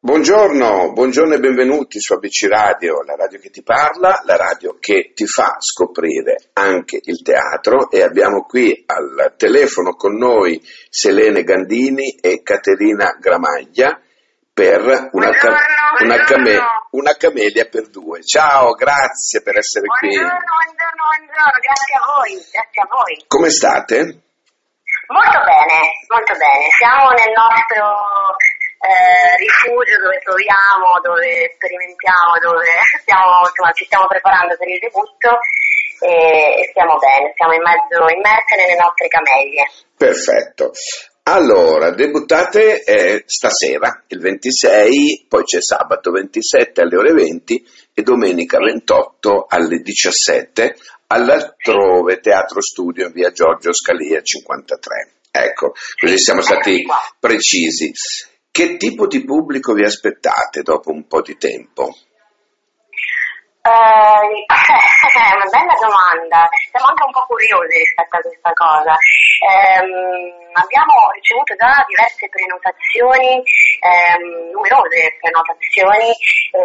Buongiorno e benvenuti su ABC Radio, la radio che ti parla, la radio che ti fa scoprire anche il teatro, e abbiamo qui al telefono con noi Selene Gandini e Caterina Gramaglia per una camelia per due. Ciao, grazie per essere qui. Buongiorno, grazie a voi. Come state? Molto bene, siamo nel nostro rifugio dove proviamo, dove sperimentiamo, dove ci stiamo preparando per il debutto e stiamo bene, stiamo immerse nelle nostre camelie. Perfetto. Allora, debuttate stasera, il 26, poi c'è sabato 27 alle ore 20 e domenica 28 alle 17 all'Altrove Teatro Studio in via Giorgio Scalia 53. Ecco, così siamo stati precisi. Che tipo di pubblico vi aspettate dopo un po' di tempo? È una bella domanda, siamo anche un po' curiosi rispetto a questa cosa. Abbiamo ricevuto già diverse prenotazioni, numerose prenotazioni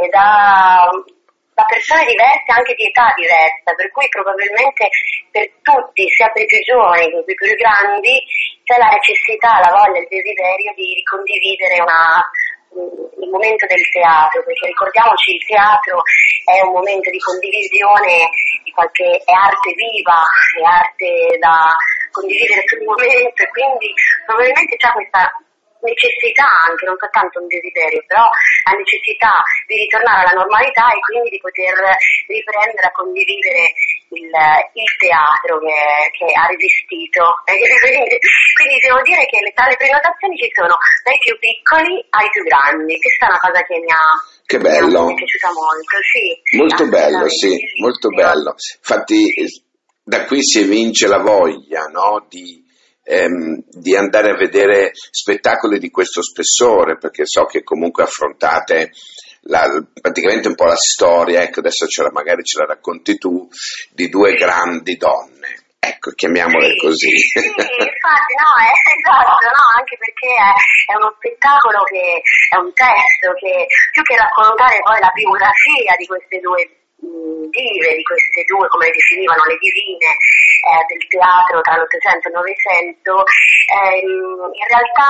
da persone diverse, anche di età diversa, per cui probabilmente per tutti, sia per i più giovani che per i più grandi, c'è la necessità, la voglia, il desiderio di ricondividere il momento del teatro, perché ricordiamoci, il teatro è un momento di condivisione, è arte viva, è arte da condividere sul momento, e quindi probabilmente c'è questa necessità, anche non soltanto un desiderio, però la necessità di ritornare alla normalità e quindi di poter riprendere a condividere il teatro che ha resistito. Quindi devo dire che tra le prenotazioni ci sono dai più piccoli ai più grandi. Questa è una cosa che mi è piaciuta molto. Sì, molto bello, sì, molto bello. Infatti da qui si evince la voglia, no? Di andare a vedere spettacoli di questo spessore, perché so che comunque affrontate praticamente un po' la storia, ecco, adesso magari ce la racconti tu, di due grandi donne, ecco, chiamiamole così. Sì, infatti, esatto, anche perché è uno spettacolo che è un testo che, più che raccontare poi la biografia di queste due dive, di queste due, come le definivano, le divine del teatro tra l'Ottocento e il Novecento, in realtà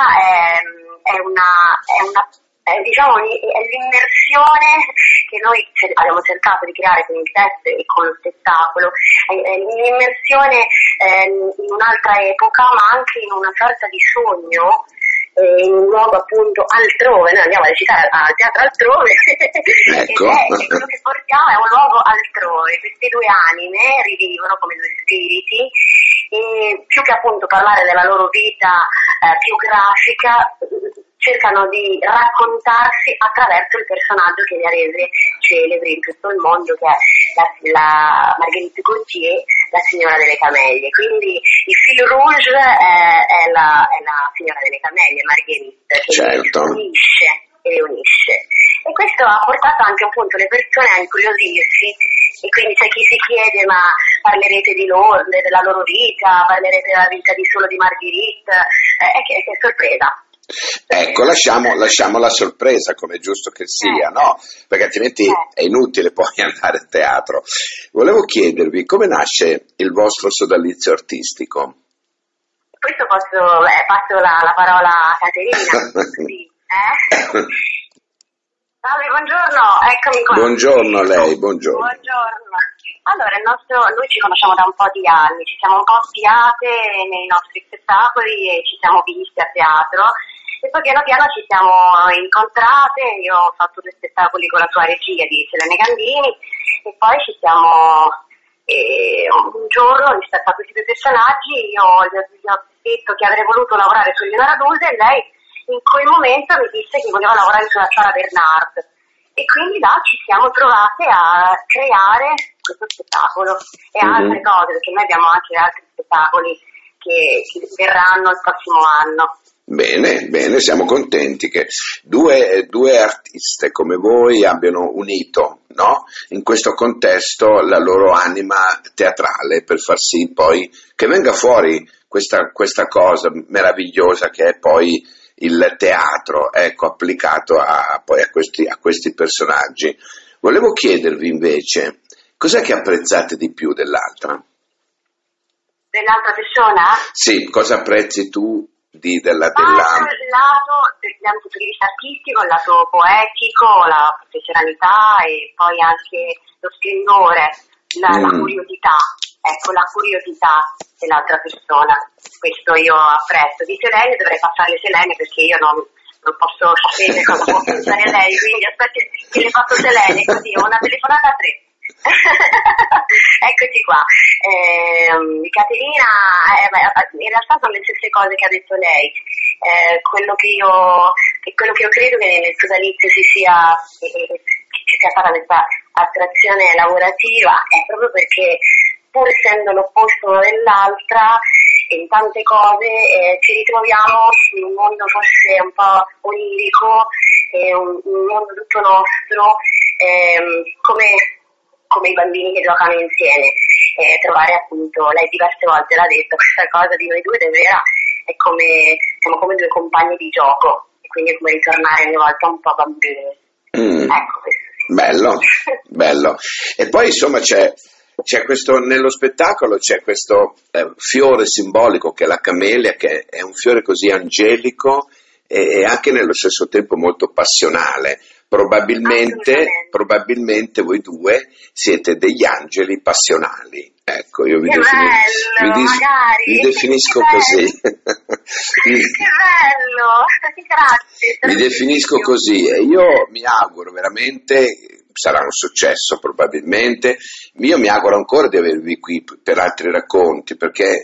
è l'immersione che noi abbiamo cercato di creare con il testo e con lo spettacolo, è un'immersione in un'altra epoca, ma anche in una sorta di sogno, in un luogo appunto altrove. Noi andiamo a recitare al teatro altrove, ecco. e quello che portiamo è un luogo altrove. Queste due anime rivivono come due spiriti, e più che appunto parlare della loro vita più grafica, cercano di raccontarsi attraverso il personaggio che li ha resi celebri in tutto il mondo, che è la Marguerite Gautier, la signora delle camelie. Quindi il fil rouge è la signora delle camelie, Marguerite, che le unisce. E questo ha portato anche appunto le persone a incuriosirsi, e quindi c'è chi si chiede: ma parlerete di loro, della loro vita, parlerete della vita solo di Marguerite? Che sorpresa! Ecco, lasciamo la sorpresa, come è giusto che sia, no? Perché altrimenti è inutile poi andare a teatro. Volevo chiedervi come nasce il vostro sodalizio artistico? Questo passo la parola a Caterina. Sì. Salve, buongiorno, eccomi qua. Buongiorno a lei, buongiorno. Allora, noi ci conosciamo da un po' di anni, ci siamo un po' spiate nei nostri spettacoli e ci siamo visti a teatro, e poi piano piano ci siamo incontrate. Io ho fatto 2 spettacoli con la sua regia di Selene Gandini, e poi un giorno, rispetto a questi 2 personaggi, io gli ho detto che avrei voluto lavorare su Leonora Duse, e lei in quel momento mi disse che voleva lavorare sulla Sara Bernard, e quindi là ci siamo trovate a creare questo spettacolo e altre cose, perché noi abbiamo anche altri spettacoli che verranno il prossimo anno. Bene, siamo contenti che due artiste come voi abbiano unito, no? In questo contesto la loro anima teatrale, per far sì poi che venga fuori questa cosa meravigliosa che è poi il teatro, ecco, applicato poi a questi personaggi. Volevo chiedervi invece, cos'è che apprezzate di più dell'altra? Dell'altra persona? Sì, cosa apprezzi tu della... Dal punto di vista artistico, il lato poetico, la professionalità e poi anche lo splendore, la curiosità, ecco, la curiosità dell'altra persona. Questo io apprezzo. Di Selene dovrei passare le Selene perché io non posso sapere cosa può pensare lei, quindi aspetta che le faccio Selene, così ho una telefonata a 3. Eccoci qua. Caterina, in realtà sono le stesse cose che ha detto lei. Quello che io credo che nel sodalizio ci sia stata questa attrazione lavorativa è proprio perché, pur essendo l'opposto uno dell'altra, in tante cose ci ritroviamo in un mondo forse un po' onirico, un mondo tutto nostro, come i bambini che giocano insieme. Trovare appunto, lei diverse volte l'ha detto, questa cosa di noi due davvero è siamo come due compagni di gioco, e quindi è come ritornare ogni volta un po' bambini. Ecco, questo sì. Bello, bello. E poi insomma c'è questo, nello spettacolo c'è questo fiore simbolico che è la camellia, che è un fiore così angelico e anche nello stesso tempo molto passionale. Probabilmente voi due siete degli angeli passionali. Ecco, io vi definisco così. Che bello, grazie. Vi definisco così e io mi auguro veramente, sarà un successo probabilmente, io mi auguro ancora di avervi qui per altri racconti, perché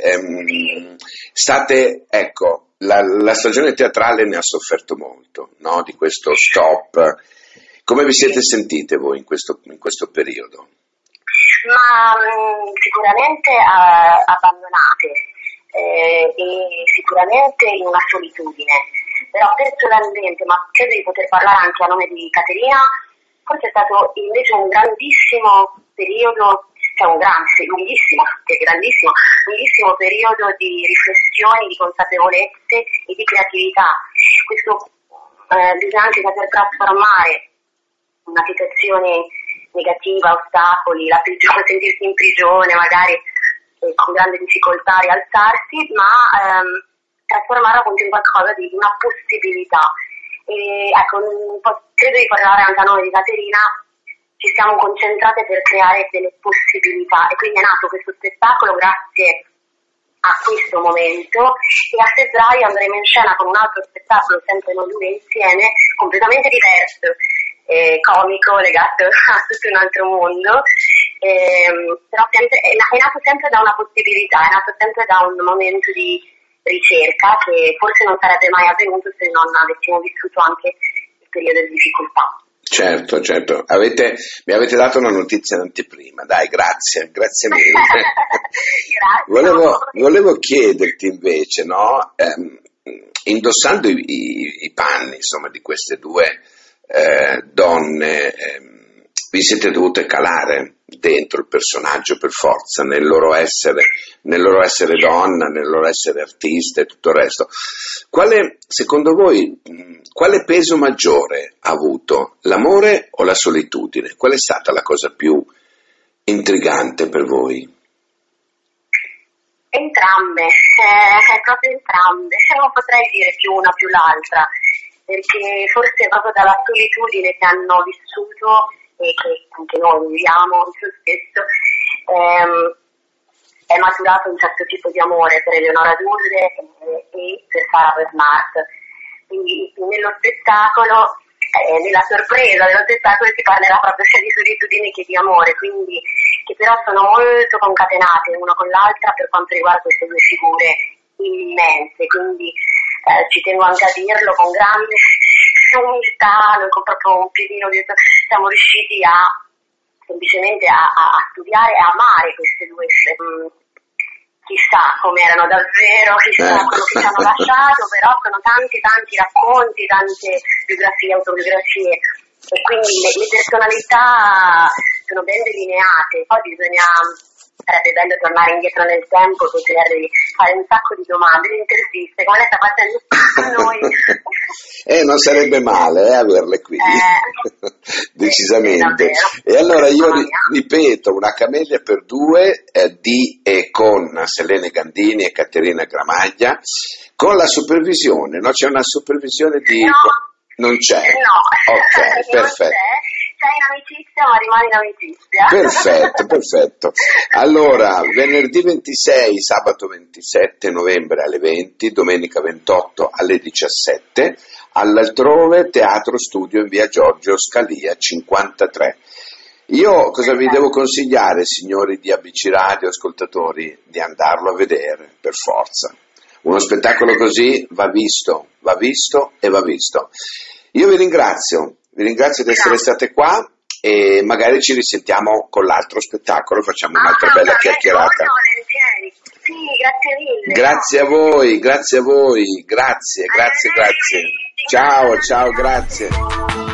ecco, la stagione teatrale ne ha sofferto molto, no? Di questo stop. Come vi siete sentite voi in questo periodo? Ma sicuramente abbandonate e sicuramente in una solitudine, però personalmente, ma credo di poter parlare anche a nome di Caterina, forse è stato invece un grandissimo periodo, cioè lunghissimo periodo di riflessioni, di consapevolezze e di creatività. Questo bisogna anche saper trasformare una situazione negativa, ostacoli, sentirsi in prigione, magari con grande difficoltà a rialzarsi, ma trasformarla appunto in qualcosa di una possibilità. E ecco, credo di parlare anche a nome di Caterina, ci siamo concentrate per creare delle possibilità e quindi è nato questo spettacolo grazie a questo momento, e a febbraio andremo in scena con un altro spettacolo sempre noi due insieme, completamente diverso, comico, legato a tutto un altro mondo, però è nato sempre da una possibilità, è nato sempre da un momento di ricerca che forse non sarebbe mai avvenuto se non avessimo vissuto anche il periodo di difficoltà. Certo, mi avete dato una notizia in anteprima, dai, grazie mille. Grazie. Volevo chiederti invece, no, indossando i panni, insomma, di queste due donne, vi siete dovute calare dentro il personaggio per forza, nel loro essere donna, nel loro essere artista e tutto il resto. Secondo voi, quale peso maggiore ha avuto, l'amore o la solitudine? Qual è stata la cosa più intrigante per voi? Entrambe, proprio entrambe, non potrei dire più una più l'altra, perché forse proprio dalla solitudine che hanno vissuto e che anche noi viviamo spesso, è maturato un certo tipo di amore per Eleonora Duse e per Sara Bernhardt. Quindi nello spettacolo, nella sorpresa dello spettacolo, si parlerà proprio sia di solitudine che di amore, quindi che però sono molto concatenate una con l'altra per quanto riguarda queste due figure immense, quindi ci tengo anche a dirlo con grande umiltà, con proprio un piedino dietro, siamo riusciti semplicemente a studiare e a amare queste due, chissà come erano davvero, chissà quello che ci hanno lasciato, però sono tanti racconti, tante biografie, autobiografie, e quindi le personalità sono ben delineate, poi bisogna sarebbe bello tornare indietro nel tempo, poter fare un sacco di domande, di interviste, come lei sta facendo con noi. Non sarebbe male averle qui, decisamente. E allora io ripeto, Una Camellia per due di e con Selene Gandini e Caterina Gramaglia, con la supervisione, no? C'è una supervisione di... No. Non c'è? No. Ok, perfetto. Sei in amicizia, ma rimani in amicizia. Perfetto. Allora, venerdì 26, sabato 27 novembre alle 20, domenica 28 alle 17, all'altrove Teatro Studio in via Giorgio Scalia 53. Io cosa vi devo consigliare, signori di ABC Radio, ascoltatori? Di andarlo a vedere, per forza. Uno spettacolo così va visto e va visto. Io vi ringrazio di essere state qua e magari ci risentiamo con l'altro spettacolo, facciamo un'altra bella chiacchierata. Sì, grazie mille. Grazie a voi, grazie. Ciao, grazie.